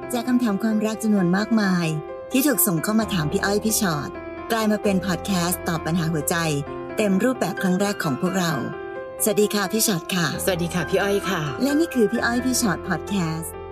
จากคำถามความรักจำนวนมากมายที่ถูกส่งเข้ามาถามพี่อ้อยพี่ชอตกลายมาเป็นพอดแคสต์ตอบปัญหาหัวใจเต็มรูปแบบครั้งแรกของพวกเราสวัสดีค่ะพี่ชอตค่ะสวัสดีค่ะพี่อ้อยค่ะและนี่คือพี่อ้อยพี่ชอตพอดแคสต์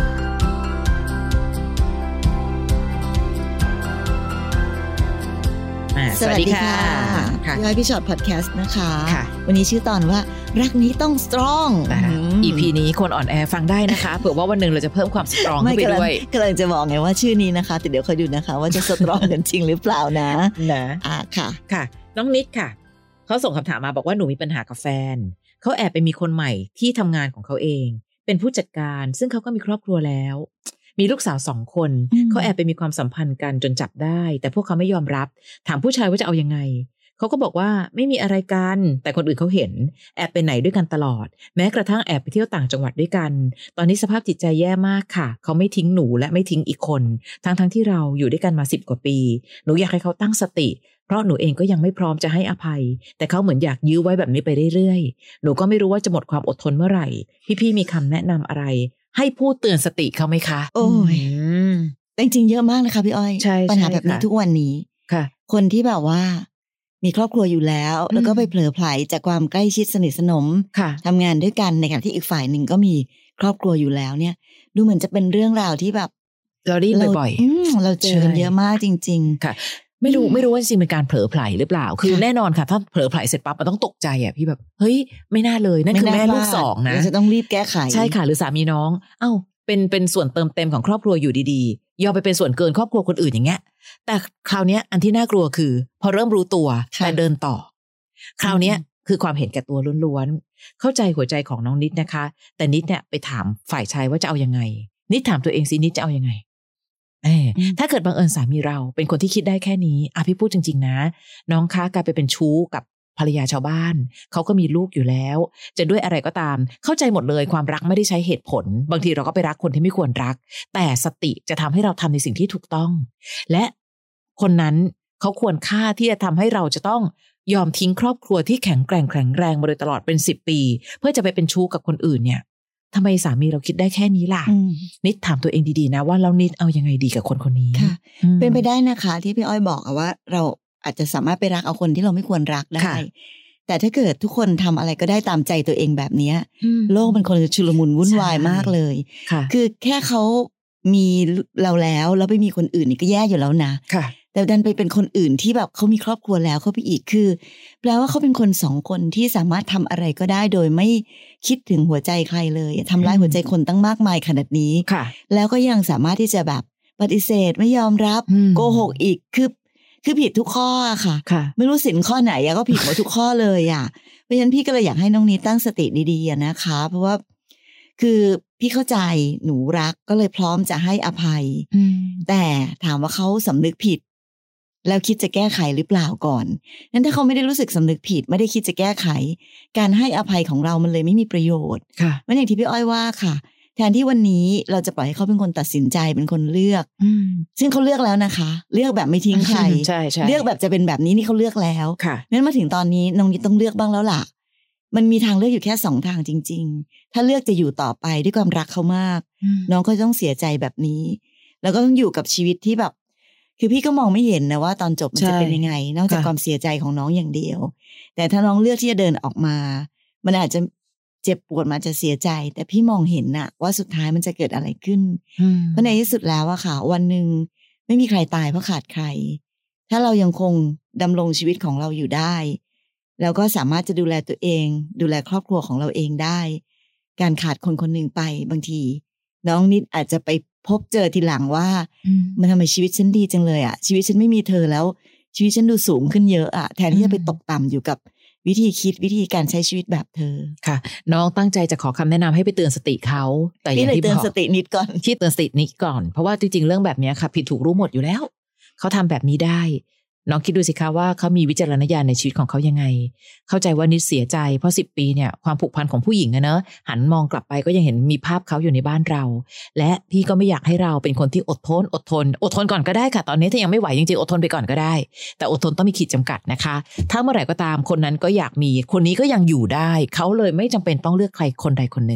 สวัสดีค่ะพี่อ้อยพี่ชอตพอดแคสต์นะคะวันนี้ชื่อตอนว่ารักนี้ต้องสตรอง EP นี้คนอ่อนแอฟังได้นะคะเผื่อว่าวันหนึ่งเราจะเพิ่มความสตรองขึ้นไปด้วยกำลังจะบอกไงว่าชื่อนี้นะคะแต่เดี๋ยวคอยดูนะคะว่าจะสตรองกันจริงหรือเปล่านะค่ะน้องนิดค่ะเขาส่งคำถามมาบอกว่าหนูมีปัญหากับแฟนเขาแอบไปมีคนใหม่ที่ทำงานของเขาเองเป็นผู้จัดการซึ่งเขาก็มีครอบครัวแล้วมีลูกสาว2 คนเขาแอบไปมีความสัมพันธ์กันจนจับได้แต่พวกเขาไม่ยอมรับถามผู้ชายว่าจะเอายังไงเขาก็บอกว่าไม่มีอะไรกันแต่คนอื่นเขาเห็นแอบไปไหนด้วยกันตลอดแม้กระทั่งแอบไปเที่ยวต่างจังหวัดด้วยกันตอนนี้สภาพจิตใจแย่มากค่ะเขาไม่ทิ้งหนูและไม่ทิ้งอีกคนทั้งที่เราอยู่ด้วยกันมา10 กว่าปีหนูอยากให้เขาตั้งสติเพราะหนูเองก็ยังไม่พร้อมจะให้อภัยแต่เขาเหมือนอยากยื้อไว้แบบนี้ไปเรื่อยๆหนูก็ไม่รู้ว่าจะหมดความอดทนเมื่อไหร่พี่มีคำแนะนำอะไรให้พูดเตือนสติเขาไหมคะโอ้ยจริงๆเยอะมากนะคะพี่อ้อยปัญหาแบบนี้ทุกวันนี้ค่ะคนที่แบบว่ามีครอบครัวอยู่แล้วแล้วก็ไปเผลอไผลจากความใกล้ชิดสนิทสนมทำงานด้วยกันในขณะที่อีกฝ่ายหนึ่งก็มีครอบครัวอยู่แล้วเนี่ยดูเหมือนจะเป็นเรื่องราวที่แบบเราได้บ่อยๆเราเจอกันเยอะมากจริงๆค่ะไม่รู้ว่าจริงเป็นการเผลอไผลหรือเปล่าคือแน่นอนค่ะถ้าเผลอไผลเสร็จปั๊บมันต้องตกใจอ่ะพี่แบบเฮ้ยไม่น่าเลยนั่นคือแม่ลูก2นะจะต้องรีบแก้ไขใช่ค่ะหรือสามีน้องเป็นส่วนเติมเต็มของครอบครัวอยู่ดีๆยอมไปเป็นส่วนเกินครอบครัวคนอื่นอย่างเงี้ยแต่คราวนี้อันที่น่ากลัวคือพอเริ่มรู้ตัวแต่เดินต่อคราวนี้คือความเห็นแก่ตัวล้วนๆเข้าใจหัวใจของน้องนิดนะคะแต่นิดเนี่ยไปถามฝ่ายชายว่าจะเอายังไงนิดถามตัวเองสินิดจะเอายังไงถ้าเกิดบังเอิญสามีเราเป็นคนที่คิดได้แค่นี้พี่พูดจริงๆนะน้องคะกลายไปเป็นชู้กับภรรยาชาวบ้านเขาก็มีลูกอยู่แล้วจะด้วยอะไรก็ตามเข้าใจหมดเลยความรักไม่ได้ใช้เหตุผลบางทีเราก็ไปรักคนที่ไม่ควรรักแต่สติจะทำให้เราทำในสิ่งที่ถูกต้องและคนนั้นเขาควรค่าที่จะทำให้เราจะต้องยอมทิ้งครอบครัวที่แข็งแรงมาโดยตลอดเป็น10 ปีเพื่อจะไปเป็นชู้กับคนอื่นเนี่ยทำไมสามีเราคิดได้แค่นี้ล่ะนิดถามตัวเองดีๆนะว่าเรานิดเอายังไงดีกับคนนี้เป็นไปได้นะคะที่พี่อ้อยบอกว่าเราอาจจะสามารถไปรักเอาคนที่เราไม่ควรรักได้แต่ถ้าเกิดทุกคนทำอะไรก็ได้ตามใจตัวเองแบบนี้โลกมันคนจะชุลมุนวุ่นวายมากเลยคือแค่เขามีเราแล้วไปมีคนอื่นนี่ก็แย่อยู่แล้วนะแต่ดันไปเป็นคนอื่นที่แบบเขามีครอบครัวแล้วเขาไปอีกคือแปลว่าเขาเป็นคน2 คนที่สามารถทำอะไรก็ได้โดยไม่คิดถึงหัวใจใครเลยทำร้ายหัวใจคนตั้งมากมายขนาดนี้แล้วก็ยังสามารถที่จะแบบปฏิเสธไม่ยอมรับโกหกอีกคือผิดทุกข้อค่ะไม่รู้สินข้อไหนก็ผิดหมดทุกข้อเลยเพราะฉะนั้นพี่ก็เลยอยากให้น้องนี้ตั้งสติดีๆนะคะเพราะว่าคือพี่เข้าใจหนูรักก็เลยพร้อมจะให้อภัยแต่ถามว่าเขาสำนึกผิดแล้วคิดจะแก้ไขหรือเปล่าก่อนงั้นถ้าเขาไม่ได้รู้สึกสำนึกผิดไม่ได้คิดจะแก้ไขการให้อภัยของเรามันเลยไม่มีประโยชน์เพราะอย่างที่พี่อ้อยว่าค่ะแทนที่วันนี้เราจะปล่อยให้เขาเป็นคนตัดสินใจเป็นคนเลือกซึ่งเขาเลือกแล้วนะคะเลือกแบบไม่ทิ้งใคร เลือกแบบจะเป็นแบบนี้นี่เขาเลือกแล้วงั้นมาถึงตอนนี้น้องนิดต้องเลือกบ้างแล้วล่ะมันมีทางเลือกอยู่แค่2 ทางจริงๆถ้าเลือกจะอยู่ต่อไปด้วยความรักเขามากน้องก็ต้องเสียใจแบบนี้แล้วก็ต้องอยู่กับชีวิตที่แบบคือพี่ก็มองไม่เห็นนะว่าตอนจบมันจะเป็นยังไงนอกจากความเสียใจของน้องอย่างเดียวแต่ถ้าน้องเลือกที่จะเดินออกมามันอาจจะเจ็บปวดมาจะเสียใจแต่พี่มองเห็นน่ะว่าสุดท้ายมันจะเกิดอะไรขึ้นเพราะในที่สุดแล้วอะค่ะวันหนึ่งไม่มีใครตายเพราะขาดใครถ้าเรายังคงดำรงชีวิตของเราอยู่ได้แล้วก็สามารถจะดูแลตัวเองดูแลครอบครัวของเราเองได้การขาดคนคนหนึ่งไปบางทีน้องนิดอาจจะไปพบเจอทีหลังว่ามันทำไมชีวิตฉันดีจังเลยชีวิตฉันไม่มีเธอแล้วชีวิตฉันดูสูงขึ้นเยอะแทนที่จะไปตกต่ำอยู่กับวิธีคิดวิธีการใช้ชีวิตแบบเธอค่ะน้องตั้งใจจะขอคำแนะนำให้ไปเตือนสติเขาแต่อย่างที่บอกเตือนสตินิดก่อนที่เตือนสตินิดก่อนเพราะว่าจริงๆเรื่องแบบนี้ค่ะผิดถูกรู้หมดอยู่แล้วเขาทำแบบนี้ได้น้องคิดดูสิคะว่าเขามีวิจารณญาณในชีวิตของเขายังไงเข้าใจว่านิดเสียใจเพราะ10 ปีเนี่ยความผูกพันของผู้หญิงเนอะหันมองกลับไปก็ยังเห็นมีภาพเขาอยู่ในบ้านเราและพี่ก็ไม่อยากให้เราเป็นคนที่อดทนก่อนก็ได้ค่ะตอนนี้ถ้ายังไม่ไหวจริงๆอดทนไปก่อนก็ได้แต่อดทนต้องมีขีดจำกัดนะคะถ้าเมื่อไหร่ก็ตามคนนั้นก็อยากมีคนนี้ก็ยังอยู่ได้เขาเลยไม่จำเป็นต้องเลือกใครคนใดคนหนึ่ง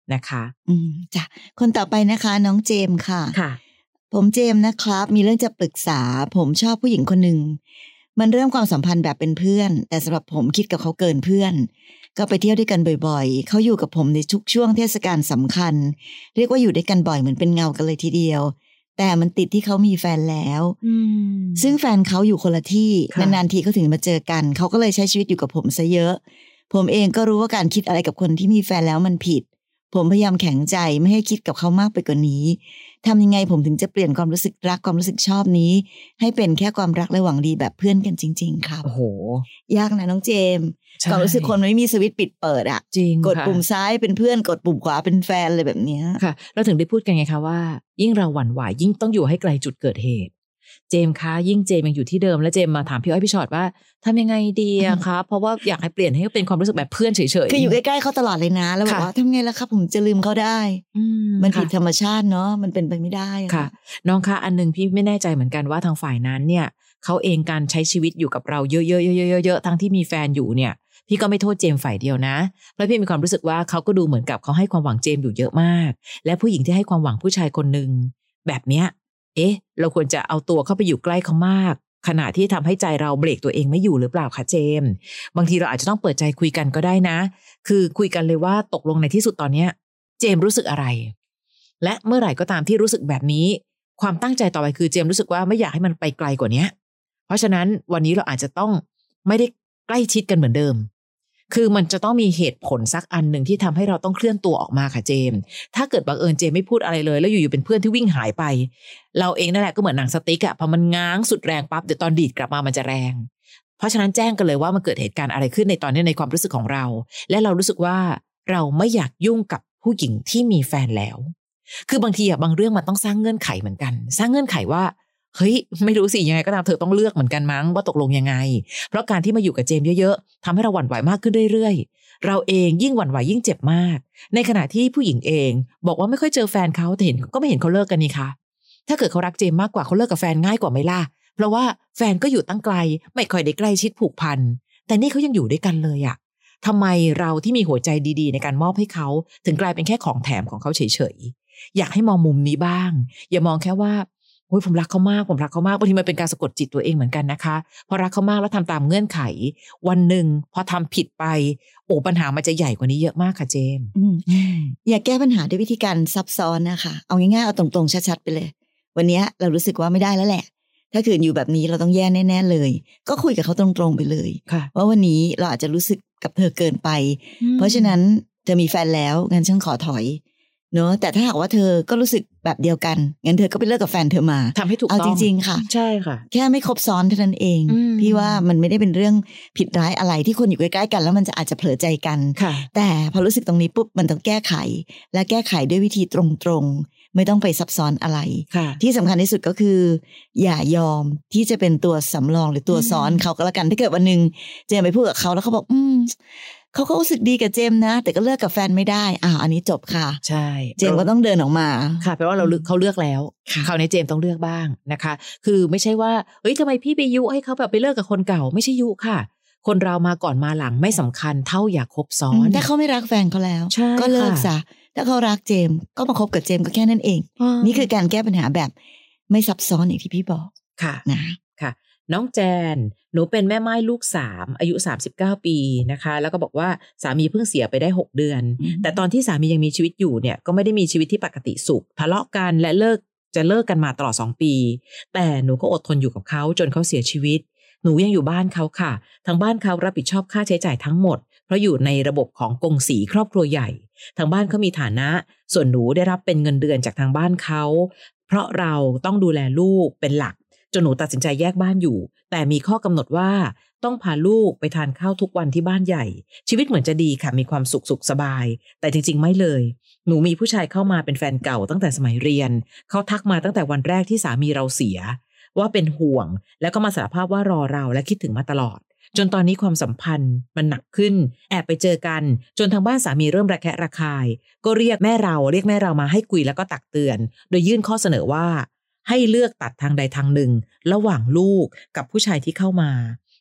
นะคะจ้ะคนต่อไปนะคะน้องเจมค่ะผมเจมนะครับมีเรื่องจะปรึกษาผมชอบผู้หญิงคนหนึ่งมันเริ่มความสัมพันธ์แบบเป็นเพื่อนแต่สำหรับผมคิดกับเขาเกินเพื่อนก็ไปเที่ยวด้วยกันบ่อยๆเขาอยู่กับผมในทุกช่วงเทศกาลสำคัญเรียกว่าอยู่ด้วยกันบ่อยเหมือนเป็นเงากันเลยทีเดียวแต่มันติดที่เขามีแฟนแล้วซึ่งแฟนเขาอยู่คนละที่นานๆทีเขาถึงมาเจอกันเขาก็เลยใช้ชีวิตอยู่กับผมซะเยอะผมเองก็รู้ว่าการคิดอะไรกับคนที่มีแฟนแล้วมันผิดผมพยายามแข็งใจไม่ให้คิดกับเขามากไปกว่านี้ทำยังไงผมถึงจะเปลี่ยนความรู้สึกรักความรู้สึกชอบนี้ให้เป็นแค่ความรักและหวังดีแบบเพื่อนกันจริงๆครับโอ้โหยากนะน้องเจมความรู้สึกคนไม่มีสวิตช์ปิดเปิดอ่ะจริงกดปุ่มซ้ายเป็นเพื่อนกดปุ่มขวาเป็นแฟนเลยแบบนี้ค่ะเราถึงได้พูดกันไงคะว่ายิ่งเราหวั่นไหวยิ่งต้องอยู่ให้ไกลจุดเกิดเหตุเจมคะยิ่งเจมยังอยู่ที่เดิมแล้วเจมมาถามพี่อ้อยพี่ชอตว่าทำยังไงดีอะคะเพราะว่าอยากให้เปลี่ยนให้เป็นความรู้สึกแบบเพื่อนเฉยๆคืออยู่ใกล้ๆเขาตลอดเลยนะแล้วบอกว่าทำไงล่ะครับผมจะลืมเขาได้มันผิดธรรมชาติเนาะมันเป็นไปไม่ได้ค่ะน้องคะอันนึงพี่ไม่แน่ใจเหมือนกันว่าทางฝ่ายนั้นเนี่ยเขาเองการใช้ชีวิตอยู่กับเราเยอะๆๆๆๆทั้งที่มีแฟนอยู่เนี่ยพี่ก็ไม่โทษเจมฝ่ายเดียวนะเพราะพี่มีความรู้สึกว่าเขาก็ดูเหมือนกับเขาให้ความหวังเจมอยู่เยอะมากและผู้หญิงที่ให้ความหวังผู้ชายคนนึงแบบเนี้ยเราควรจะเอาตัวเข้าไปอยู่ใกล้เขามากขณะที่ทำให้ใจเราเบรกตัวเองไม่อยู่หรือเปล่าคะเจมบางทีเราอาจจะต้องเปิดใจคุยกันก็ได้นะคือคุยกันเลยว่าตกลงในที่สุดตอนเนี้ยเจมรู้สึกอะไรและเมื่อไหร่ก็ตามที่รู้สึกแบบนี้ความตั้งใจต่อไปคือเจมรู้สึกว่าไม่อยากให้มันไปไกลกว่านี้เพราะฉะนั้นวันนี้เราอาจจะต้องไม่ได้ใกล้ชิดกันเหมือนเดิมคือมันจะต้องมีเหตุผลสักอันหนึ่งที่ทำให้เราต้องเคลื่อนตัวออกมาค่ะเจมถ้าเกิดบังเอิญเจมไม่พูดอะไรเลยแล้วอยู่ๆเป็นเพื่อนที่วิ่งหายไปเราเองนั่นแหละก็เหมือนหนังสติ๊กอะพอมันง้างสุดแรงปั๊บเดี๋ยวตอนดีดกลับมามันจะแรงเพราะฉะนั้นแจ้งกันเลยว่ามันเกิดเหตุการณ์อะไรขึ้นในตอนนี้ในความรู้สึกของเราและเรารู้สึกว่าเราไม่อยากยุ่งกับผู้หญิงที่มีแฟนแล้วคือบางทีบางเรื่องมันต้องสร้างเงื่อนไขเหมือนกันสร้างเงื่อนไขว่าเฮ้ยไม่รู้สิยังไงก็ตามเธอต้องเลือกเหมือนกันมั้งว่าตกลงยังไงเพราะการที่มาอยู่กับเจมเยอะๆทำให้เราหวั่นไหวมากขึ้นเรื่อยๆเราเองยิ่งหวั่นไหวยิ่งเจ็บมากในขณะที่ผู้หญิงเองบอกว่าไม่ค่อยเจอแฟนเขาแต่เห็นก็ไม่เห็นเขาเลิกกันนี่คะถ้าเกิดเขารักเจมมากกว่าเขาเลิกกับแฟนง่ายกว่าไหมล่ะเพราะว่าแฟนก็อยู่ตั้งไกลไม่ค่อยได้ใกล้ชิดผูกพันแต่นี่เขายังอยู่ด้วยกันเลยอะทำไมเราที่มีหัวใจดีๆในการมอบให้เขาถึงกลายเป็นแค่ของแถมของเขาเฉยๆอยากให้มองมุมนี้บ้างอย่ามองแค่ว่าโอ้ยผมรักเขามากผมรักเขามากบางทีมันเป็นการสะกดจิตตัวเองเหมือนกันนะคะพอรักเขามากแล้วทำตามเงื่อนไขวันหนึ่งพอทำผิดไปโอ้ปัญหามันจะใหญ่กว่านี้เยอะมากค่ะเจมอย่าแก้ปัญหาด้วยวิธีการซับซ้อนนะคะเอาง่ายๆเอาตรงๆชัดๆไปเลยวันนี้เรารู้สึกว่าไม่ได้แล้วแหละถ้าเกิดอยู่แบบนี้เราต้องแย่แน่ๆเลยก็คุยกับเขาตรงๆไปเลยว่าวันนี้เราอาจจะรู้สึกกับเธอเกินไปเพราะฉะนั้นเธอมีแฟนแล้วงั้นฉันขอถอยเนอะแต่ถ้าหากว่าเธอก็รู้สึกแบบเดียวกันงั้นเธอก็ไปเลิกกับแฟนเธอมาทำให้ถูกต้องเอาจริงๆค่ะใช่ค่ะแค่ไม่ครบซ้อนเท่านั้นเองพี่ว่ามันไม่ได้เป็นเรื่องผิดร้ายอะไรที่คนอยู่ใกล้ๆกันแล้วมันจะอาจจะเผลอใจกันแต่พอรู้สึกตรงนี้ปุ๊บมันต้องแก้ไขและแก้ไขด้วยวิธีตรงๆไม่ต้องไปซับซ้อนอะไรที่สำคัญที่สุดก็คืออย่ายอมที่จะเป็นตัวสำรองหรือตัวซ้อนเขาก็แล้วกันถ้าเกิดวันนึงเจมไปพูดกับเขาแล้วเขาบอกเขาก็รู้สึกดีกับเจมนะแต่ก็เลิกกับแฟนไม่ได้อันนี้จบค่ะใช่เจมก็ต้องเดินออกมาค่ะแปลว่าเขาเลือกแล้วคราวนี้เจมต้องเลือกบ้างนะคะคือไม่ใช่ว่าเฮ้ยทำไมพี่ไปยุให้เขาแบบไปเลิกกับคนเก่าไม่ใช่ยุค่ะคนเรามาก่อนมาหลังไม่สำคัญเท่าอย่าคบซ้อนถ้าเขาไม่รักแฟนเขาแล้วก็เลิกซะถ้าเขารักเจมก็มาคบกับเจมก็แค่นั้นเองนี่คือการแก้ปัญหาแบบไม่ซับซ้อนอย่างที่พี่บอกค่ะนะค่ะน้องแจนหนูเป็นแม่ไม้ลูก3อายุ39ปีนะคะแล้วก็บอกว่าสามีเพิ่งเสียไปได้6เดือนแต่ตอนที่สามียังมีชีวิตอยู่เนี่ยก็ไม่ได้มีชีวิตที่ปกติสุขทะเลาะกันและเลิกกันมาตลอด2ปีแต่หนูก็อดทนอยู่กับเขาจนเขาเสียชีวิตหนูยังอยู่บ้านเขาค่ะทางบ้านเขารับผิดชอบค่าใช้จ่ายทั้งหมดเพราะอยู่ในระบบของกงสีครอบครัวใหญ่ทางบ้านเขามีฐานะส่วนหนูได้รับเป็นเงินเดือนจากทางบ้านเขาเพราะเราต้องดูแลลูกเป็นหลักจนหนูตัดสินใจแยกบ้านอยู่แต่มีข้อกำหนดว่าต้องพาลูกไปทานข้าวทุกวันที่บ้านใหญ่ชีวิตเหมือนจะดีค่ะมีความสุขสบายแต่จริงๆไม่เลยหนูมีผู้ชายเข้ามาเป็นแฟนเก่าตั้งแต่สมัยเรียนเขาทักมาตั้งแต่วันแรกที่สามีเราเสียว่าเป็นห่วงแล้วก็มาสารภาพว่ารอเราและคิดถึงมาตลอดจนตอนนี้ความสัมพันธ์มันหนักขึ้นแอบไปเจอกันจนทางบ้านสามีเริ่มระแคะระคายก็เรียกแม่เรามาให้คุยแล้วก็ตักเตือนโดยยื่นข้อเสนอว่าให้เลือกตัดทางใดทางหนึ่งระหว่างลูกกับผู้ชายที่เข้ามา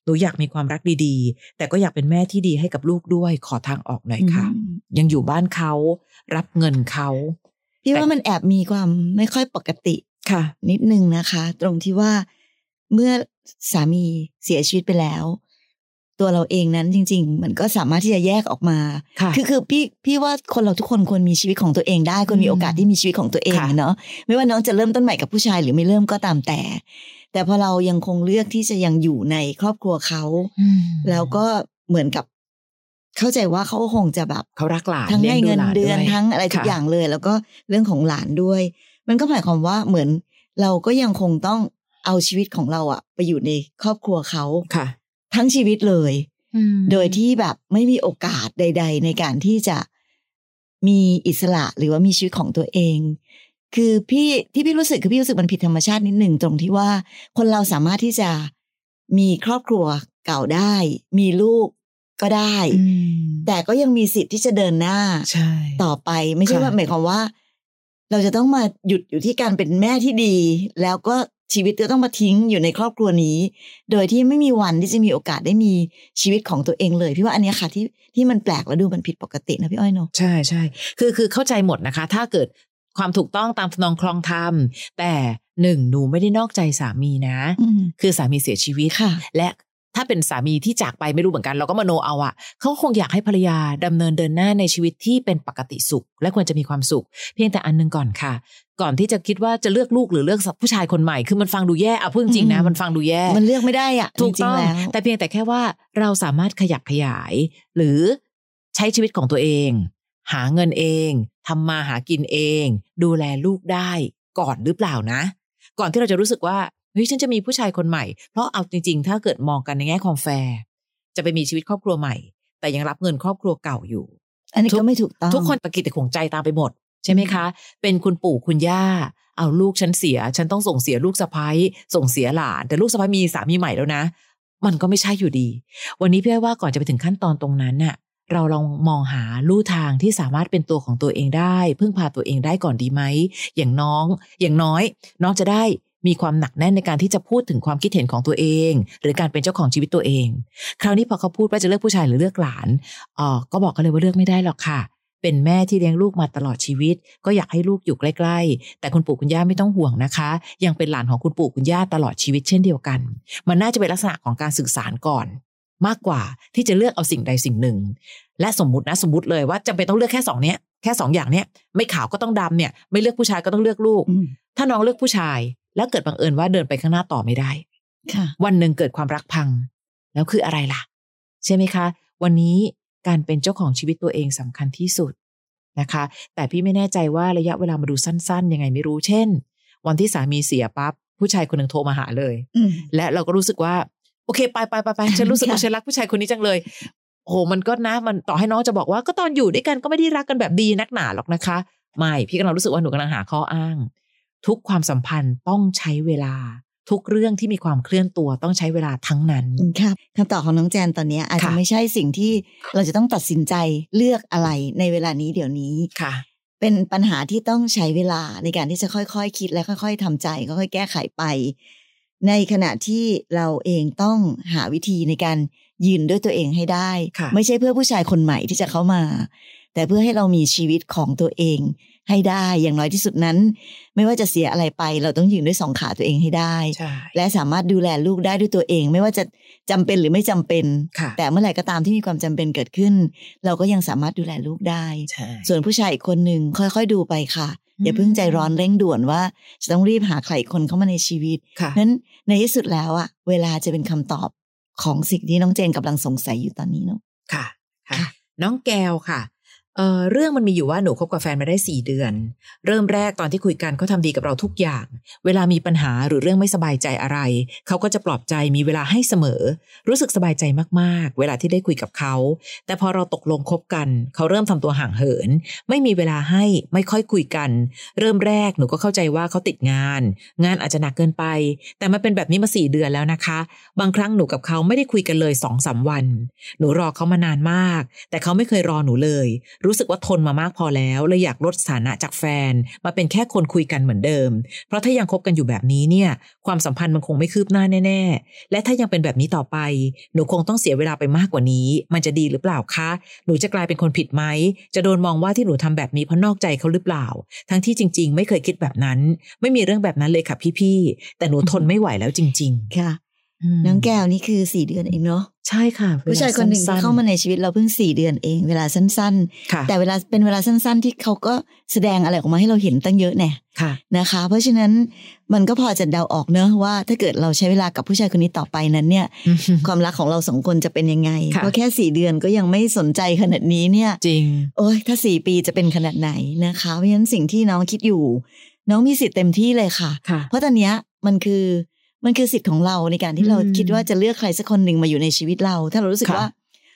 หนูอยากมีความรักดีๆแต่ก็อยากเป็นแม่ที่ดีให้กับลูกด้วยขอทางออกหน่อยค่ะยังอยู่บ้านเขารับเงินเขาพี่ว่ามันแอบมีความไม่ค่อยปกติค่ะนิดนึงนะคะตรงที่ว่าเมื่อสามีเสียชีวิตไปแล้วตัวเราเองนั้นจริงๆมันก็สามารถที่จะแยกออกมาคือพี่ว่าคนเราทุกคนควรมีชีวิตของตัวเองได้ควรมีโอกาสที่มีชีวิตของตัวเองเนาะไม่ว่าน้องจะเริ่มต้นใหม่กับผู้ชายหรือไม่เริ่มก็ตามแต่พอเรายังคงเลือกที่จะยังอยู่ในครอบครัวเขาแล้วก็เหมือนกับเข้าใจว่าเขาคงจะแบบเขารักหลานทั้งให้เงินเดือนทั้งอะไรทุกอย่างเลยแล้วก็เรื่องของหลานด้วยมันก็หมายความว่าเหมือนเราก็ยังคงต้องเอาชีวิตของเราอะไปอยู่ในครอบครัวเขาทั้งชีวิตเลยโดยที่แบบไม่มีโอกาสใดๆในการที่จะมีอิสระหรือว่ามีชีวิตของตัวเองคือพี่รู้สึกมันผิดธรรมชาตินิดหนึ่งตรงที่ว่าคนเราสามารถที่จะมีครอบครัวเก่าได้มีลูกก็ได้แต่ก็ยังมีสิทธิ์ที่จะเดินหน้าต่อไปไม่ใช่ว่าหมายความว่าเราจะต้องมาหยุดอยู่ที่การเป็นแม่ที่ดีแล้วก็ชีวิตก็ต้องมาทิ้งอยู่ในครอบครัวนี้โดยที่ไม่มีวันที่จะมีโอกาสได้มีชีวิตของตัวเองเลยพี่ว่าอันนี้ค่ะที่มันแปลกและดูมันผิดปกตินะพี่อ้อยเนาะใช่ใช่คือเข้าใจหมดนะคะถ้าเกิดความถูกต้องตามทำนองคลองธรรมแต่หนูไม่ได้นอกใจสามีนะคือสามีเสียชีวิตและถ้าเป็นสามีที่จากไปไม่รู้เหมือนกันเราก็มโนเอาอะเขาคงอยากให้ภรรยาดำเนินหน้าในชีวิตที่เป็นปกติสุขและควรจะมีความสุขเพียงแต่อันนึงก่อนค่ะก่อนที่จะคิดว่าจะเลือกลูกหรือเลือกผู้ชายคนใหม่คือมันฟังดูแย่เอาพูดจริงนะมันฟังดูแย่มันเลือกไม่ได้อะถูกต้องแต่เพียงแต่แค่ว่าเราสามารถขยับขยายหรือใช้ชีวิตของตัวเองหาเงินเองทำมาหากินเองดูแลลูกได้ก่อนหรือเปล่านะก่อนที่เราจะรู้สึกว่าเฮ้ยฉันจะมีผู้ชายคนใหม่เพราะเอาจริงๆถ้าเกิดมองกันในแง่ความแฟร์จะไปมีชีวิตครอบครัวใหม่แต่ยังรับเงินครอบครัวเก่าอยู่อันนี้ก็ไม่ถูกต้องทุกคนตะกิดตะขวงใจตามไปหมดใช่ไหมคะเป็นคุณปู่คุณย่าเอาลูกฉันเสียฉันต้องส่งเสียลูกสะใภ้ส่งเสียหลานแต่ลูกสะใภ้มีสามีใหม่แล้วนะมันก็ไม่ใช่อยู่ดีวันนี้พี่ว่าก่อนจะไปถึงขั้นตอนตรงนั้นน่ะเราลองมองหาลู่ทางที่สามารถเป็นตัวของตัวเองได้พึ่งพาตัวเองได้ก่อนดีไหมอย่างน้อยน้องจะได้มีความหนักแน่นในการที่จะพูดถึงความคิดเห็นของตัวเองหรือการเป็นเจ้าของชีวิตตัวเองคราวนี้พอเขาพูดว่าจะเลือกผู้ชายหรือเลือกหลานก็บอกกันเลยว่าเลือกไม่ได้หรอกค่ะเป็นแม่ที่เลี้ยงลูกมาตลอดชีวิตก็อยากให้ลูกอยู่ใกล้ๆแต่คุณปู่คุณย่าไม่ต้องห่วงนะคะยังเป็นหลานของคุณปู่คุณย่าตลอดชีวิตเช่นเดียวกันมันน่าจะเป็นลักษณะของการสื่อสารก่อนมากกว่าที่จะเลือกเอาสิ่งใดสิ่งหนึ่งและสมมุติเลยว่าจำเป็นต้องเลือกแค่2เนี้ยแค่2อย่างเนี้ยไม่ขาวก็ต้องดำเนี่ยไม่เลือกผู้ชายก็ต้องเลือกลูกถ้าน้องเลือกผู้ชายแล้วเกิดบังเอิญว่าเดินไปข้างหน้าต่อไม่ได้วันหนึ่งเกิดความรักพังแล้วคืออะไรล่ะใช่ไหมคะวันนี้การเป็นเจ้าของชีวิตตัวเองสำคัญที่สุดนะคะแต่พี่ไม่แน่ใจว่าระยะเวลามาดูสั้นๆยังไงไม่รู้เช่นวันที่สามีเสียปั๊บผู้ชายคนหนึ่งโทรมาหาเลยและเราก็รู้สึกว่าโอเคไปฉันรู้สึกว่าฉันรักผู้ชายคนนี้จังเลยโอ้โหมันก็นะมันต่อให้น้องจะบอกว่าก็ตอนอยู่ด้วยกันก็ไม่ได้รักกันแบบดีนักหนาหรอกนะคะไม่พี่กำลังรู้สึกว่าหนูกำลังหาข้ออ้างทุกความสัมพันธ์ต้องใช้เวลาทุกเรื่องที่มีความเคลื่อนตัวต้องใช้เวลาทั้งนั้นครับคำตอบของน้องแจนตอนนี้อาจจะไม่ใช่สิ่งที่เราจะต้องตัดสินใจเลือกอะไรในเวลานี้เดี๋ยวนี้ค่ะเป็นปัญหาที่ต้องใช้เวลาในการที่จะค่อยๆคิดและค่อยๆทำใจค่อยๆแก้ไขไปในขณะที่เราเองต้องหาวิธีในการยืนด้วยตัวเองให้ได้ไม่ใช่เพื่อผู้ชายคนใหม่ที่จะเข้ามาแต่เพื่อให้เรามีชีวิตของตัวเองให้ได้อย่างน้อยที่สุดนั้นไม่ว่าจะเสียอะไรไปเราต้องยืนด้วย2ขาตัวเองให้ได้และสามารถดูแลลูกได้ด้วยตัวเองไม่ว่าจะจำเป็นหรือไม่จำเป็นแต่เมื่อไหร่ก็ตามที่มีความจำเป็นเกิดขึ้นเราก็ยังสามารถดูแลลูกได้ส่วนผู้ชายอีกคนหนึ่งค่อยๆดูไปค่ะอย่าเพิ่งใจร้อนเร่งด่วนว่าจะต้องรีบหาใครคนเข้ามาในชีวิตนั้นในที่สุดแล้วอะเวลาจะเป็นคำตอบของสิ่งที่น้องเจนกำลังสงสัยอยู่ตอนนี้เนาะค่ะน้องแก้วค่ะเรื่องมันมีอยู่ว่าหนูคบกับแฟนมาได้4 เดือนเริ่มแรกตอนที่คุยกันเขาทำดีกับเราทุกอย่างเวลามีปัญหาหรือเรื่องไม่สบายใจอะไรเขาก็จะปลอบใจมีเวลาให้เสมอรู้สึกสบายใจมากๆเวลาที่ได้คุยกับเขาแต่พอเราตกลงคบกันเขาเริ่มทำตัวห่างเหินไม่มีเวลาให้ไม่ค่อยคุยกันเริ่มแรกหนูก็เข้าใจว่าเขาติดงานอาจจะหนักเกินไปแต่มันเป็นแบบนี้มา4 เดือนแล้วนะคะบางครั้งหนูกับเขาไม่ได้คุยกันเลย 2-3 วันหนูรอเขามานานมากแต่เขาไม่เคยรอหนูเลยรู้สึกว่าทนมามากพอแล้วเลยอยากลดสถานะจากแฟนมาเป็นแค่คนคุยกันเหมือนเดิมเพราะถ้ายังคบกันอยู่แบบนี้เนี่ยความสัมพันธ์มันคงไม่คืบหน้าแน่ๆและถ้ายังเป็นแบบนี้ต่อไปหนูคงต้องเสียเวลาไปมากกว่านี้มันจะดีหรือเปล่าคะหนูจะกลายเป็นคนผิดไหมจะโดนมองว่าที่หนูทำแบบนี้เพราะนอกใจเขาหรือเปล่าทั้งที่จริงๆไม่เคยคิดแบบนั้นไม่มีเรื่องแบบนั้นเลยค่ะพี่ๆแต่หนูทนไม่ไหวแล้วจริงๆค่ะน้องแก้วนี่คือ4 เดือนเองเนาะใช่ค่ะผู้ชายคนหนึ่งที่เข้ามาในชีวิตเราเพิ่ง4 เดือนเองเวลาสั้นๆแต่เวลาเป็นเวลาสั้นๆที่เขาก็แสดงอะไรออกมาให้เราเห็นตั้งเยอะแน่นะคะเพราะฉะนั้นมันก็พอจะเดาออกเนอะว่าถ้าเกิดเราใช้เวลากับผู้ชายคนนี้ต่อไปนั้นเนี่ย ความรักของเรา2 คนจะเป็นยังไงเพราะแค่4 เดือนก็ยังไม่สนใจขนาดนี้เนี่ยจริงโอ้ยถ้า4 ปีจะเป็นขนาดไหนนะคะเพราะฉะนั้นสิ่งที่น้องคิดอยู่น้องมีสิทธิ์เต็มที่เลยค่ะเพราะตอนนี้มันคือสิทธิ์ของเราในการที่เราคิดว่าจะเลือกใครสักคนหนึ่งมาอยู่ในชีวิตเราถ้าเรารู้สึกว่า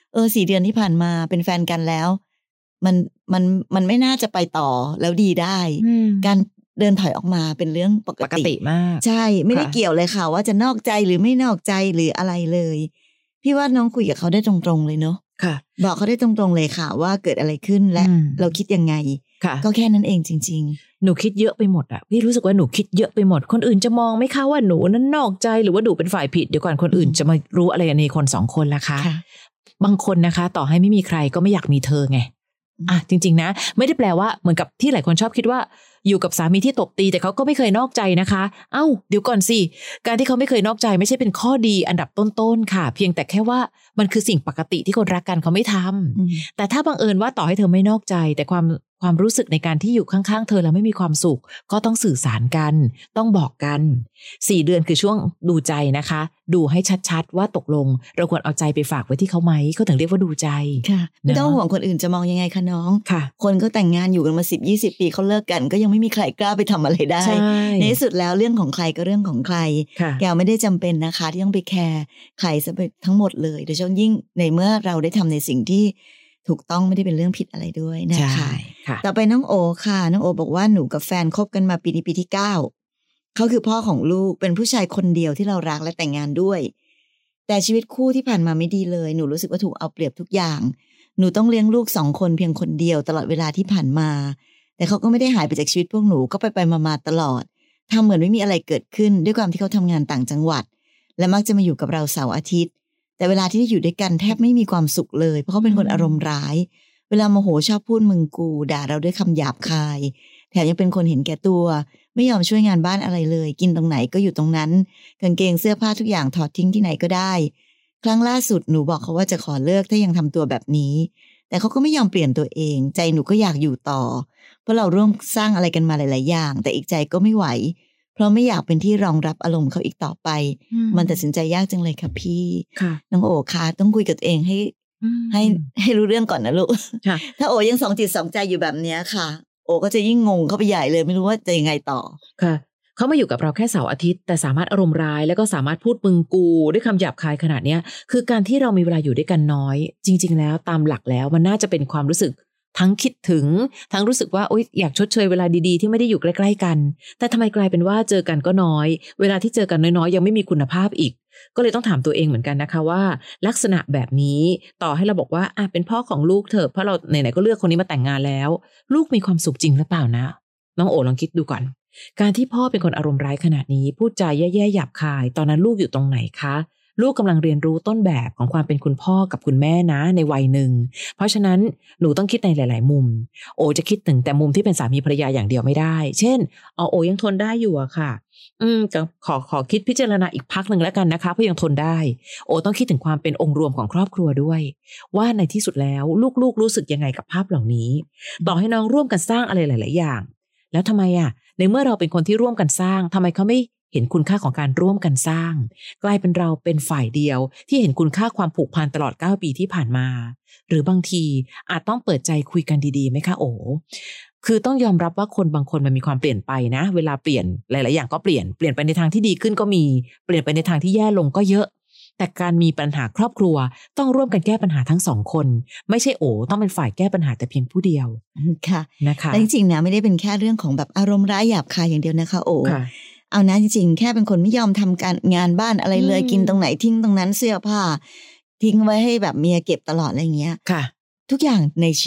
4 เดือนที่ผ่านมาเป็นแฟนกันแล้วมันไม่น่าจะไปต่อแล้วดีได้การเดินถอยออกมาเป็นเรื่องปกติมากใช่ไม่ได้เกี่ยวเลยค่ะว่าจะนอกใจหรือไม่นอกใจหรืออะไรเลยพี่ว่าน้องคุยกับเขาได้ตรงๆเลยเนาะบอกเขาได้ตรงๆเลยค่ะว่าเกิดอะไรขึ้นและเราคิดยังไงก็แค่นั้นเองจริงๆหนูคิดเยอะไปหมดอ่ะพี่รู้สึกว่าหนูคิดเยอะไปหมดคนอื่นจะมองไหมคะว่าหนูนั้นนอกใจหรือว่าหนูเป็นฝ่ายผิดเดี๋ยวก่อนคนอื่นจะมารู้อะไรในคน2 คนล่ะคะบางคนนะคะต่อให้ไม่มีใครก็ไม่อยากมีเธอไงจริงๆนะไม่ได้แปลว่าเหมือนกับที่หลายคนชอบคิดว่าอยู่กับสามีที่ตบตีแต่เขาก็ไม่เคยนอกใจนะคะเดี๋ยวก่อนสิการที่เขาไม่เคยนอกใจไม่ใช่เป็นข้อดีอันดับต้นๆค่ะเพียงแต่แค่ว่ามันคือสิ่งปกติที่คนรักกันเขาไม่ทำแต่ถ้าบังเอิญว่าต่อให้เธอไม่นอกใจแต่ความรู้สึกในการที่อยู่ข้างๆเธอแล้วไม่มีความสุขก็ต้องสื่อสารกันต้องบอกกัน4 เดือนคือช่วงดูใจนะคะดูให้ชัดๆว่าตกลงเราควรเอาใจไปฝากไว้ที่เขาไหมเขาถึงเรียกว่าดูใจค่ะไม่ต้องห่วงคนอื่นจะมองยังไงคะน้องคนก็แต่งงานอยู่กันมา10-20 ปีเขาเลิกกันก็ยังไม่มีใครกล้าไปทำอะไรได้ในที่สุดแล้วเรื่องของใครก็เรื่องของใครแกไม่ได้จำเป็นนะคะที่ต้องไปแคร์ใครซะไปทั้งหมดเลยโดยเฉพาะยิ่งในเมื่อเราได้ทำในสิ่งที่ถูกต้องไม่ได้เป็นเรื่องผิดอะไรด้วยนะคะต่อไปน้องโอค่ะน้องโอบอกว่าหนูกับแฟนคบกันมาปีนี้ปีที่9เขาคือพ่อของลูกเป็นผู้ชายคนเดียวที่เรารักและแต่งงานด้วยแต่ชีวิตคู่ที่ผ่านมาไม่ดีเลยหนูรู้สึกว่าถูกเอาเปรียบทุกอย่างหนูต้องเลี้ยงลูก2 คนเพียงคนเดียวตลอดเวลาที่ผ่านมาแต่เขาก็ไม่ได้หายไปจากชีวิตพวกหนูก็ไปมาตลอดทำเหมือนไม่มีอะไรเกิดขึ้นด้วยความที่เขาทำงานต่างจังหวัดและมักจะมาอยู่กับเราเสาร์อาทิตย์แต่เวลาที่อยู่ด้วยกันแทบไม่มีความสุขเลยเพราะเขาเป็นคนอารมณ์ร้ายเวลาโมโหชอบพูดมึงกูด่าเราด้วยคำหยาบคายแถมยังเป็นคนเห็นแก่ตัวไม่ยอมช่วยงานบ้านอะไรเลยกินตรงไหนก็อยู่ตรงนั้นกางเกงเสื้อผ้าทุกอย่างถอดทิ้งที่ไหนก็ได้ครั้งล่าสุดหนูบอกเขาว่าจะขอเลิกถ้ายังทำตัวแบบนี้แต่เขาก็ไม่ยอมเปลี่ยนตัวเองใจหนูก็อยากอยู่ต่อเพราะเราร่วมสร้างอะไรกันมาหลายๆอย่างแต่อีกใจก็ไม่ไหวเพราะไม่อยากเป็นที่รองรับอารมณ์เขาอีกต่อไปมันตัดสินใจยากจังเลยค่ะพี่น้องโอค่ะต้องคุยกับตัวเองให้รู้เรื่องก่อนนะลูกถ้าโอยัง2 จิต 2 ใจอยู่แบบนี้ค่ะโอก็จะยิ่งงงเข้าไปใหญ่เลยไม่รู้ว่าจะยังไงต่อค่ะเขามาอยู่กับเราแค่เสาร์อาทิตย์แต่สามารถอารมณ์ร้ายแล้วก็สามารถพูดมึงกูด้วยคำหยาบคายขนาดนี้คือการที่เรามีเวลาอยู่ด้วยกันน้อยจริงๆแล้วตามหลักแล้วมันน่าจะเป็นความรู้สึกทั้งคิดถึงทั้งรู้สึกว่าอยากชดเชยเวลาดีๆที่ไม่ได้อยู่ใกล้ๆกันแต่ทำไมกลายเป็นว่าเจอกันก็น้อยเวลาที่เจอกันน้อยๆยังไม่มีคุณภาพอีกก็เลยต้องถามตัวเองเหมือนกันนะคะว่าลักษณะแบบนี้ต่อให้เราบอกว่าเป็นพ่อของลูกเถอะเพราะเราไหนๆก็เลือกคนนี้มาแต่งงานแล้วลูกมีความสุขจริงหรือเปล่านะน้องโอลองคิดดูก่อนการที่พ่อเป็นคนอารมณ์ร้ายขนาดนี้พูดจาแย่ๆหยาบคายตอนนั้นลูกอยู่ตรงไหนคะลูกกำลังเรียนรู้ต้นแบบของความเป็นคุณพ่อกับคุณแม่นะในวัยหนึ่งเพราะฉะนั้นหนูต้องคิดในหลายๆมุมโอจะคิดถึงแต่มุมที่เป็นสามีภรรยาอย่างเดียวไม่ได้เช่นโอยังทนได้อยู่อะค่ะจะขอคิดพิจารณาอีกพักหนึ่งแล้วกันนะคะเพราะยังทนได้โอต้องคิดถึงความเป็นองค์รวมของครอบครัวด้วยว่าในที่สุดแล้วลูกๆรู้สึกยังไงกับภาพเหล่านี้ต่อให้น้องร่วมกันสร้างอะไรหลายๆอย่างแล้วทำไมในเมื่อเราเป็นคนที่ร่วมกันสร้างทำไมเขาไม่เห็นคุณค่าของการร่วมกันสร้างกลายเป็นเราเป็นฝ่ายเดียวที่เห็นคุณค่าความผูกพันตลอด9 ปีที่ผ่านมาหรือบางทีอาจต้องเปิดใจคุยกันดีๆไหมคะโอคือต้องยอมรับว่าคนบางคนมันมีความเปลี่ยนไปนะเวลาเปลี่ยนหลายๆอย่างก็เปลี่ยนไปในทางที่ดีขึ้นก็มีเปลี่ยนไปในทางที่แย่ลงก็เยอะแต่การมีปัญหาครอบครัวต้องร่วมกันแก้ปัญหาทั้ง2 คนไม่ใช่โอต้องเป็นฝ่ายแก้ปัญหาแต่เพียงผู้เดียวค่ะนะคะจริงๆนะไม่ได้เป็นแค่เรื่องของแบบอารมณ์ร้ายหยาบคายอย่างเดียวนะคะโอเอานะจริงๆแค่เป็นคนไม่ยอมทำการงานบ้านอะไรเลยกินตรงไหนทิ้งตรงนั้นเสื้อผ้าทิ้งไว้ให้แบบเมียเก็บตลอดอะไรอย่างเงี้ยค่ะทุกอย่างในชีวิต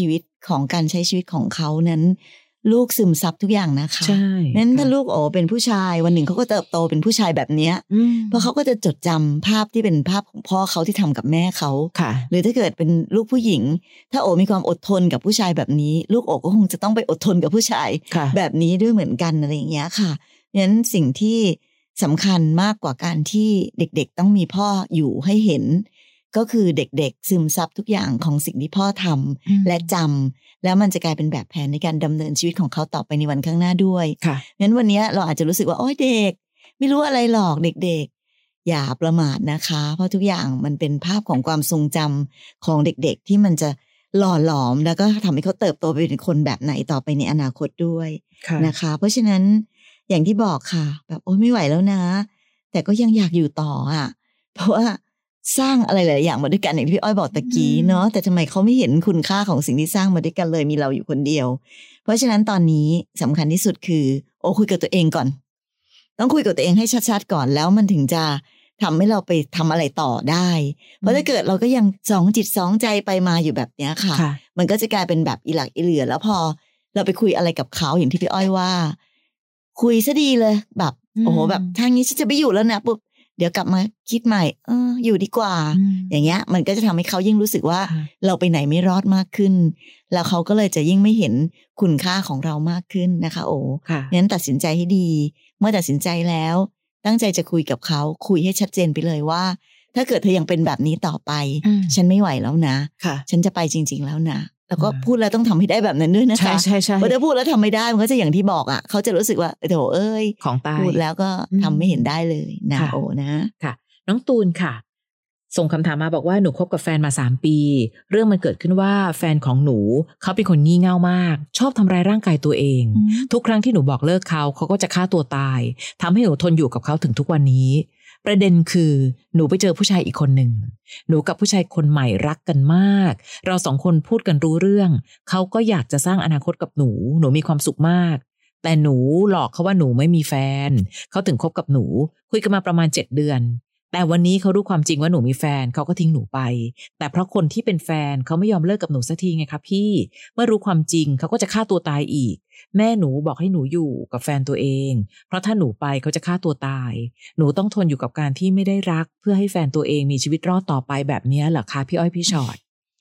ของการใช้ชีวิตของเขานั้นลูกซึมซับทุกอย่างนะคะใช่งั้นถ้าลูกเป็นผู้ชายวันหนึ่งเขาก็เติบโตเป็นผู้ชายแบบเนี้ยเพราะเขาก็จะจดจำภาพที่เป็นภาพของพ่อเขาที่ทำกับแม่เขาหรือถ้าเกิดเป็นลูกผู้หญิงถ้ามีความอดทนกับผู้ชายแบบนี้ลูกก็คงจะต้องไปอดทนกับผู้ชายแบบนี้ด้วยเหมือนกันอะไรอย่างเงี้ยค่ะงั้นสิ่งที่สำคัญมากกว่าการที่เด็กๆต้องมีพ่ออยู่ให้เห็นก็คือเด็กๆซึมซับทุกอย่างของสิ่งที่พ่อทำและจำแล้วมันจะกลายเป็นแบบแผนในการดำเนินชีวิตของเขาต่อไปในวันข้างหน้าด้วยงั้นวันนี้เราอาจจะรู้สึกว่าโอ๊ยเด็กไม่รู้อะไรหรอกเด็กๆอย่าประมาทนะคะเพราะทุกอย่างมันเป็นภาพของความทรงจำของเด็กๆที่มันจะหล่อหลอมแล้วก็ทำให้เขาเติบโตไปเป็นคนแบบไหนต่อไปในอนาคตด้วยนะคะเพราะฉะนั้นอย่างที่บอกค่ะแบบโอ๊ยไม่ไหวแล้วนะแต่ก็ยังอยากอยู่ต่อเพราะว่าสร้างอะไรหลายอย่างมาด้วยกันอย่างที่พี่อ้อยบอกตะกี้เนาะแต่ทำไมเขาไม่เห็นคุณค่าของสิ่งที่สร้างมาด้วยกันเลยมีเราอยู่คนเดียวเพราะฉะนั้นตอนนี้สำคัญที่สุดคือคุยกับตัวเองก่อนต้องคุยกับตัวเองให้ชัดๆก่อนแล้วมันถึงจะทำให้เราไปทำอะไรต่อได้เพราะถ้าเกิดเราก็ยังสองจิตสองใจไปมาอยู่แบบนี้ค่ะมันก็จะกลายเป็นแบบอีหลักอีเหลือแล้วพอเราไปคุยอะไรกับเขาอย่างที่พี่อ้อยว่าคุยซะดีเลยแบบแบบทางนี้ฉันจะไม่อยู่แล้วนะปุ๊บเดี๋ยวกลับมาคิดใหม่อยู่ดีกว่าอย่างเงี้ยมันก็จะทำให้เขายิ่งรู้สึกว่าเราไปไหนไม่รอดมากขึ้นแล้วเขาก็เลยจะยิ่งไม่เห็นคุณค่าของเรามากขึ้นนะคะงั้นตัดสินใจให้ดีเมื่อตัดสินใจแล้วตั้งใจจะคุยกับเขาคุยให้ชัดเจนไปเลยว่าถ้าเกิดเธอยังเป็นแบบนี้ต่อไปฉันไม่ไหวแล้วนะฉันจะไปจริงๆแล้วนะแล้วก็พูดแล้วต้องทำให้ได้แบบนั้นด้วยนะคะใช่ๆๆเพราะถ้าพูดแล้วทำไม่ได้มันก็จะอย่างที่บอกเขาจะรู้สึกว่าโถของตายพูดแล้วก็ทำไม่เห็นได้เลยนะนะค่ะน้องตูนค่ะส่งคำถามมาบอกว่าหนูคบกับแฟนมา3 ปีเรื่องมันเกิดขึ้นว่าแฟนของหนูเขาเป็นคนงี่เง่ามากชอบทำร้ายร่างกายตัวเองทุกครั้งที่หนูบอกเลิกเขาก็จะฆ่าตัวตายทำให้หนูทนอยู่กับเขาถึงทุกวันนี้ประเด็นคือหนูไปเจอผู้ชายอีกคนหนึ่งหนูกับผู้ชายคนใหม่รักกันมากเรา2 คนพูดกันรู้เรื่องเขาก็อยากจะสร้างอนาคตกับหนูมีความสุขมากแต่หนูหลอกเขาว่าหนูไม่มีแฟนเขาถึงคบกับหนูคุยกันมาประมาณ7 เดือนแต่วันนี้เขารู้ความจริงว่าหนูมีแฟนเขาก็ทิ้งหนูไปแต่เพราะคนที่เป็นแฟนเขาไม่ยอมเลิกกับหนูสักทีไงคะพี่เมื่อรู้ความจริงเขาก็จะฆ่าตัวตายอีกแม่หนูบอกให้หนูอยู่กับแฟนตัวเองเพราะถ้าหนูไปเขาจะฆ่าตัวตายหนูต้องทนอยู่กับการที่ไม่ได้รักเพื่อให้แฟนตัวเองมีชีวิตรอดต่อไปแบบนี้เหรอคะพี่อ้อยพี่ชอต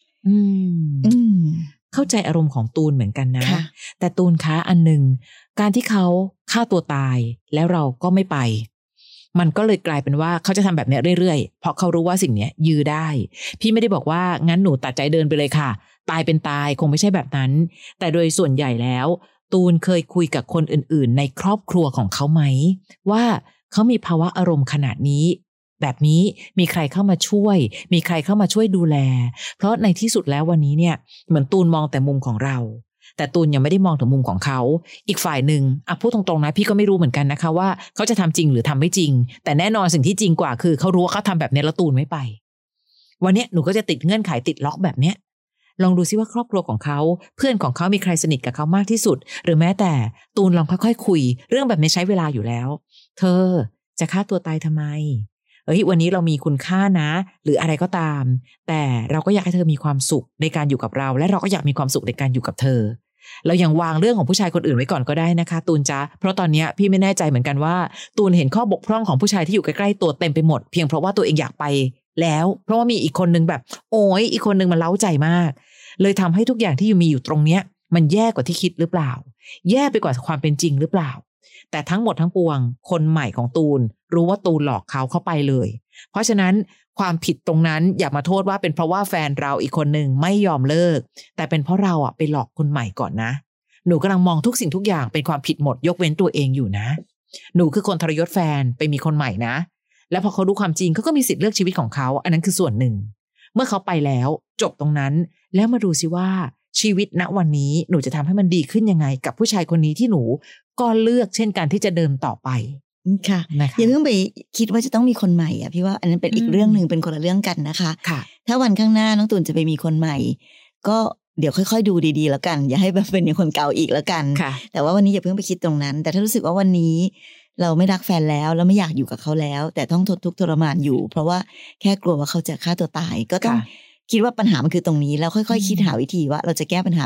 เข้าใจอารมณ์ของตูนเหมือนกันนะแต่ตูนคะอันหนึ่งการที่เขาฆ่าตัวตายแล้วเราก็ไม่ไปมันก็เลยกลายเป็นว่าเขาจะทำแบบนี้เรื่อยๆเพราะเขารู้ว่าสิ่งนี้ยื้อได้พี่ไม่ได้บอกว่างั้นหนูตัดใจเดินไปเลยค่ะตายเป็นตายคงไม่ใช่แบบนั้นแต่โดยส่วนใหญ่แล้วตูนเคยคุยกับคนอื่นๆในครอบครัวของเขาไหมว่าเขามีภาวะอารมณ์ขนาดนี้แบบนี้มีใครเข้ามาช่วยมีใครเข้ามาช่วยดูแลเพราะในที่สุดแล้ววันนี้เนี่ยเหมือนตูนมองแต่มุมของเราแต่ตูนยังไม่ได้มองถึงมุมของเขาอีกฝ่ายหนึ่งพูดตรงๆนะพี่ก็ไม่รู้เหมือนกันนะคะว่าเขาจะทำจริงหรือทำไม่จริงแต่แน่นอนสิ่งที่จริงกว่าคือเขารู้ว่าเขาทำแบบนี้แล้วตูนไม่ไปวันนี้หนูก็จะติดเงื่อนไขติดล็อกแบบเนี้ยลองดูซิว่าครอบครัวของเขาเพื่อนของเขามีใครสนิทกับเขามากที่สุดหรือแม้แต่ตูนลองค่อยๆคุยเรื่องแบบนี้ใช้เวลาอยู่แล้วเธอจะฆ่าตัวตายทำไมวันนี้เรามีคุณค่านะหรืออะไรก็ตามแต่เราก็อยากให้เธอมีความสุขในการอยู่กับเราและเราก็อยากมีความสุขในการอยู่กับเธอเรายังวางเรื่องของผู้ชายคนอื่นไว้ก่อนก็ได้นะคะตูนจ๊ะเพราะตอนนี้พี่ไม่แน่ใจเหมือนกันว่าตูนเห็นข้อบกพร่องของผู้ชายที่อยู่ใกล้ๆตัวเต็มไปหมดเพียงเพราะว่าตัวเองอยากไปแล้วเพราะว่ามีอีกคนนึงแบบอีกคนนึงมันเล้าใจมากเลยทำให้ทุกอย่างที่มีอยู่ตรงเนี้ยมันแย่กว่าที่คิดหรือเปล่าแย่ไปกว่าความเป็นจริงหรือเปล่าแต่ทั้งหมดทั้งปวงคนใหม่ของตูนรู้ว่าตูนหลอกเขาเข้าไปเลยเพราะฉะนั้นความผิดตรงนั้นอย่ามาโทษว่าเป็นเพราะว่าแฟนเราอีกคนหนึ่งไม่ยอมเลิกแต่เป็นเพราะเราไปหลอกคนใหม่ก่อนนะหนูกำลังมองทุกสิ่งทุกอย่างเป็นความผิดหมดยกเว้นตัวเองอยู่นะหนูคือคนทรยศแฟนไปมีคนใหม่นะแล้วพอเขารู้ความจริงเขาก็มีสิทธิ์เลือกชีวิตของเขาอันนั้นคือส่วนหนึ่งเมื่อเขาไปแล้วจบตรงนั้นแล้วมาดูซิว่าชีวิตณวันนี้หนูจะทำให้มันดีขึ้นยังไงกับผู้ชายคนนี้ที่หนูก็เลือกเช่นกันที่จะเดินต่อไปค่ะอย่าเพิ่งไปคิดว่าจะต้องมีคนใหม่พี่ว่าอันนั้นเป็นอีกเรื่องนึงเป็นคนละเรื่องกันนะคะถ้าวันข้างหน้าน้องตูนจะไปมีคนใหม่ก็เดี๋ยวค่อยๆดูดีๆแล้วกันอย่าให้แบบเป็นอย่างคนเก่าอีกแล้วกันแต่ว่าวันนี้อย่าเพิ่งไปคิดตรงนั้นแต่ถ้ารู้สึกว่าวันนี้เราไม่รักแฟนแล้วไม่อยากอยู่กับเขาแล้วแต่ต้องทนทุกข์ทรมานอยู่เพราะว่าแค่กลัวว่าเขาจะฆ่าตัวตายก็ต้องคิดว่าปัญหามันคือตรงนี้แล้วค่อยๆคิดหาวิธีว่าเราจะแก้ปัญหาแบบ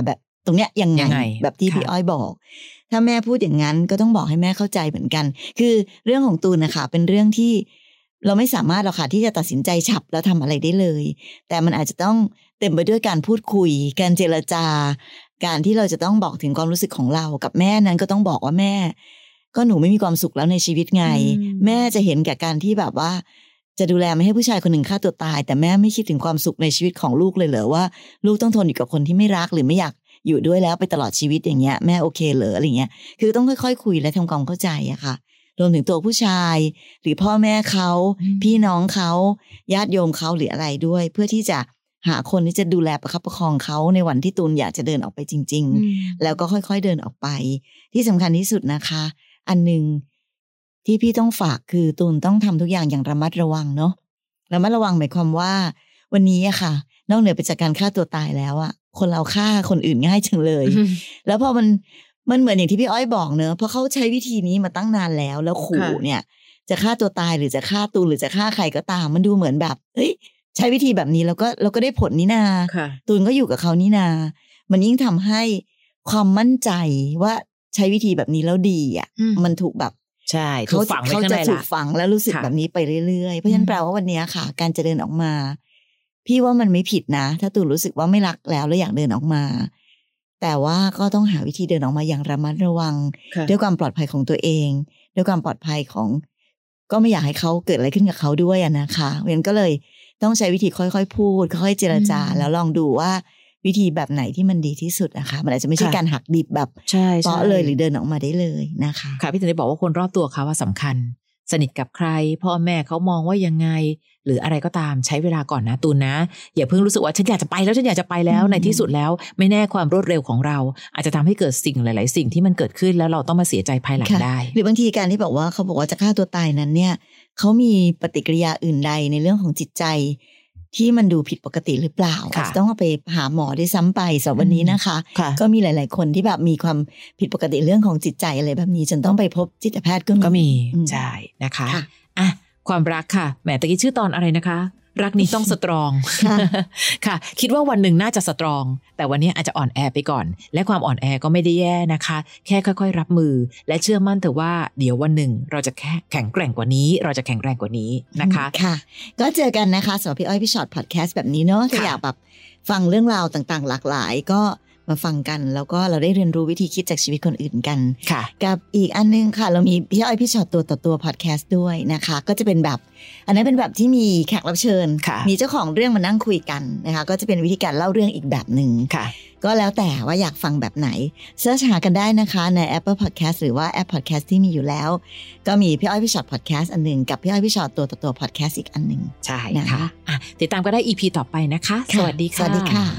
ตรงเนี้ยยังไงแบบที่พี่อ้อยบอกถ้าแม่พูดอย่างนั้นก็ต้องบอกให้แม่เข้าใจเหมือนกันคือเรื่องของตูนนะคะเป็นเรื่องที่เราไม่สามารถหรอกค่ะที่จะตัดสินใจฉับแล้วทำอะไรได้เลยแต่มันอาจจะต้องเต็มไปด้วยการพูดคุยการเจรจาการที่เราจะต้องบอกถึงความรู้สึกของเรากับแม่นั้นก็ต้องบอกว่าแม่ก็หนูไม่มีความสุขแล้วในชีวิตไงแม่จะเห็นแก่การที่แบบว่าจะดูแลไม่ให้ผู้ชายคนหนึ่งฆ่าตัวตายแต่แม่ไม่คิดถึงความสุขในชีวิตของลูกเลยเหรอว่าลูกต้องทนอยู่กับคนที่ไม่รักหรือไม่อยากอยู่ด้วยแล้วไปตลอดชีวิตอย่างเงี้ยแม่โอเคเหรออะไรเงี้ยคือต้องค่อยๆคุยและทำความเข้าใจอะค่ะรวมถึงตัวผู้ชายหรือพ่อแม่เขาพี่น้องเขาญาติโยมเขาหรืออะไรด้วยเพื่อที่จะหาคนที่จะดูแลประคับประคองเขาในวันที่ตูนอยากจะเดินออกไปจริงๆแล้วก็ค่อยๆเดินออกไปที่สำคัญที่สุดนะคะอันนึงที่พี่ต้องฝากคือตูนต้องทำทุกอย่างอย่างระมัดระวังเนาะระมัดระวังหมายความว่าวันนี้อะค่ะนอกเหนือไปจากการฆ่าตัวตายแล้วอะคนเราฆ่าคนอื่นง่ายจังเลยแล้วพอมันเหมือนอย่างที่พี่อ้อยบอกเนอะเพราะเขาใช้วิธีนี้มาตั้งนานแล้วขู่เนี่ยจะฆ่าตัวตายหรือจะฆ่าตูนหรือจะฆ่าใครก็ตามมันดูเหมือนแบบเฮ้ยใช้วิธีแบบนี้เราก็ได้ผลนี่นาตูนก็อยู่กับเขานี่นามันยิ่งทำให้ความมั่นใจว่าใช้วิธีแบบนี้แล้วดีอ่ะมันถูกแบบใช่เขาจะถูกฝังแล้วรู้สึกแบบนี้ไปเรื่อยๆเพราะฉะนั้นแปลว่าวันนี้ค่ะการจะเดินออกมาพี่ว่ามันไม่ผิดนะถ้าตูนรู้สึกว่าไม่รักแล้วอยากเดินออกมาแต่ว่าก็ต้องหาวิธีเดินออกมาอย่างระมัดระวังด้วยความปลอดภัยของตัวเองด้วยความปลอดภัยของก็ไม่อยากให้เขาเกิดอะไรขึ้นกับเขาด้วยนะคะเพราะฉะนั้นก็เลยต้องใช้วิธีค่อยๆพูดค่อยๆเจรจาแล้วลองดูว่าวิธีแบบไหนที่มันดีที่สุดนะคะมันอาจจะไม่ใช่การหักดิบแบบเปาะเลยหรือเดินออกมาได้เลยนะคะค่ะพี่ถึงได้บอกว่าคนรอบตัวเขาว่าสำคัญสนิทกับใครพ่อแม่เขามองว่ายังไงหรืออะไรก็ตามใช้เวลาก่อนนะตูนนะอย่าเพิ่งรู้สึกว่าฉันอยากจะไปแล้วในที่สุดแล้วไม่แน่ความรวดเร็วของเราอาจจะทำให้เกิดสิ่งหลายๆสิ่งที่มันเกิดขึ้นแล้วเราต้องมาเสียใจภายหลังได้หรือบางทีการที่บอกว่าเขาบอกว่าจะฆ่าตัวตายนั้นเนี่ยเขามีปฏิกิริยาอื่นใดในเรื่องของจิตใจที่มันดูผิดปกติหรือเปล่าอาจจะต้องไปหาหมอได้ซ้ำไปสำหรับวันนี้นะคะก็มีหลายๆคนที่แบบมีความผิดปกติเรื่องของจิตใจอะไรแบบนี้จนต้องไปพบจิตแพทย์ก็มีใช่นะคะอ่ะความรักค่ะแหมตะกี้ชื่อตอนอะไรนะคะรักนี้ต้องสตรองค่ะคิดว่าวันหนึ่งน่าจะสตรองแต่วันนี้อาจจะอ่อนแอไปก่อนและความอ่อนแอก็ไม่ได้แย่นะคะแค่ค่อยๆรับมือและเชื่อมั่นเถอะว่าเดี๋ยววันหนึ่งเราจะแข็งแกร่งกว่านี้เราจะแข็งแรงกว่านี้นะคะค่ะก็เจอกันนะคะสำหรับพี่อ้อยพี่ชอตพอดแคสต์แบบนี้เนาะถ้าอยากแบบฟังเรื่องราวต่างๆหลากหลายก็มาฟังกันแล้วก็เราได้เรียนรู้วิธีคิดจากชีวิตคนอื่นกันกับอีกอันนึงค่ะเรามีพี่อ้อยพี่ชอตตัวต่อตัวพอดแคสต์ด้วยนะคะก็จะเป็นแบบอันนั้นเป็นแบบที่มีแขกรับเชิญมีเจ้าของเรื่องมานั่งคุยกันนะคะก็จะเป็นวิธีการเล่าเรื่องอีกแบบนึงก็แล้วแต่ว่าอยากฟังแบบไหนเสิร์ชหากันได้นะคะใน Apple Podcast หรือว่าแอป Podcast ที่มีอยู่แล้วก็มีพี่อ้อยพี่ชอตพอดแคสต์อันนึงกับพี่อ้อยพี่ชอตตัวต่อตัวพอดแคสต์อีกอันนึงใช่นะคะติดตามก็ได้ EP ต่อไปนะคะสวัสดีค่ะสวัสดีค่ะ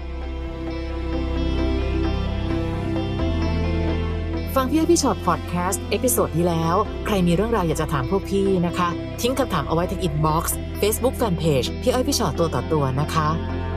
ฟังพี่อ้อยพี่ชอตพอดแคสต์เอพิโซดที่แล้วใครมีเรื่องราวอยากจะถามพวกพี่นะคะทิ้งคำถามเอาไว้ที่อินบ็อกซ์ Facebook Fanpage พี่อ้อยพี่ชอตตัวต่อตัวนะคะ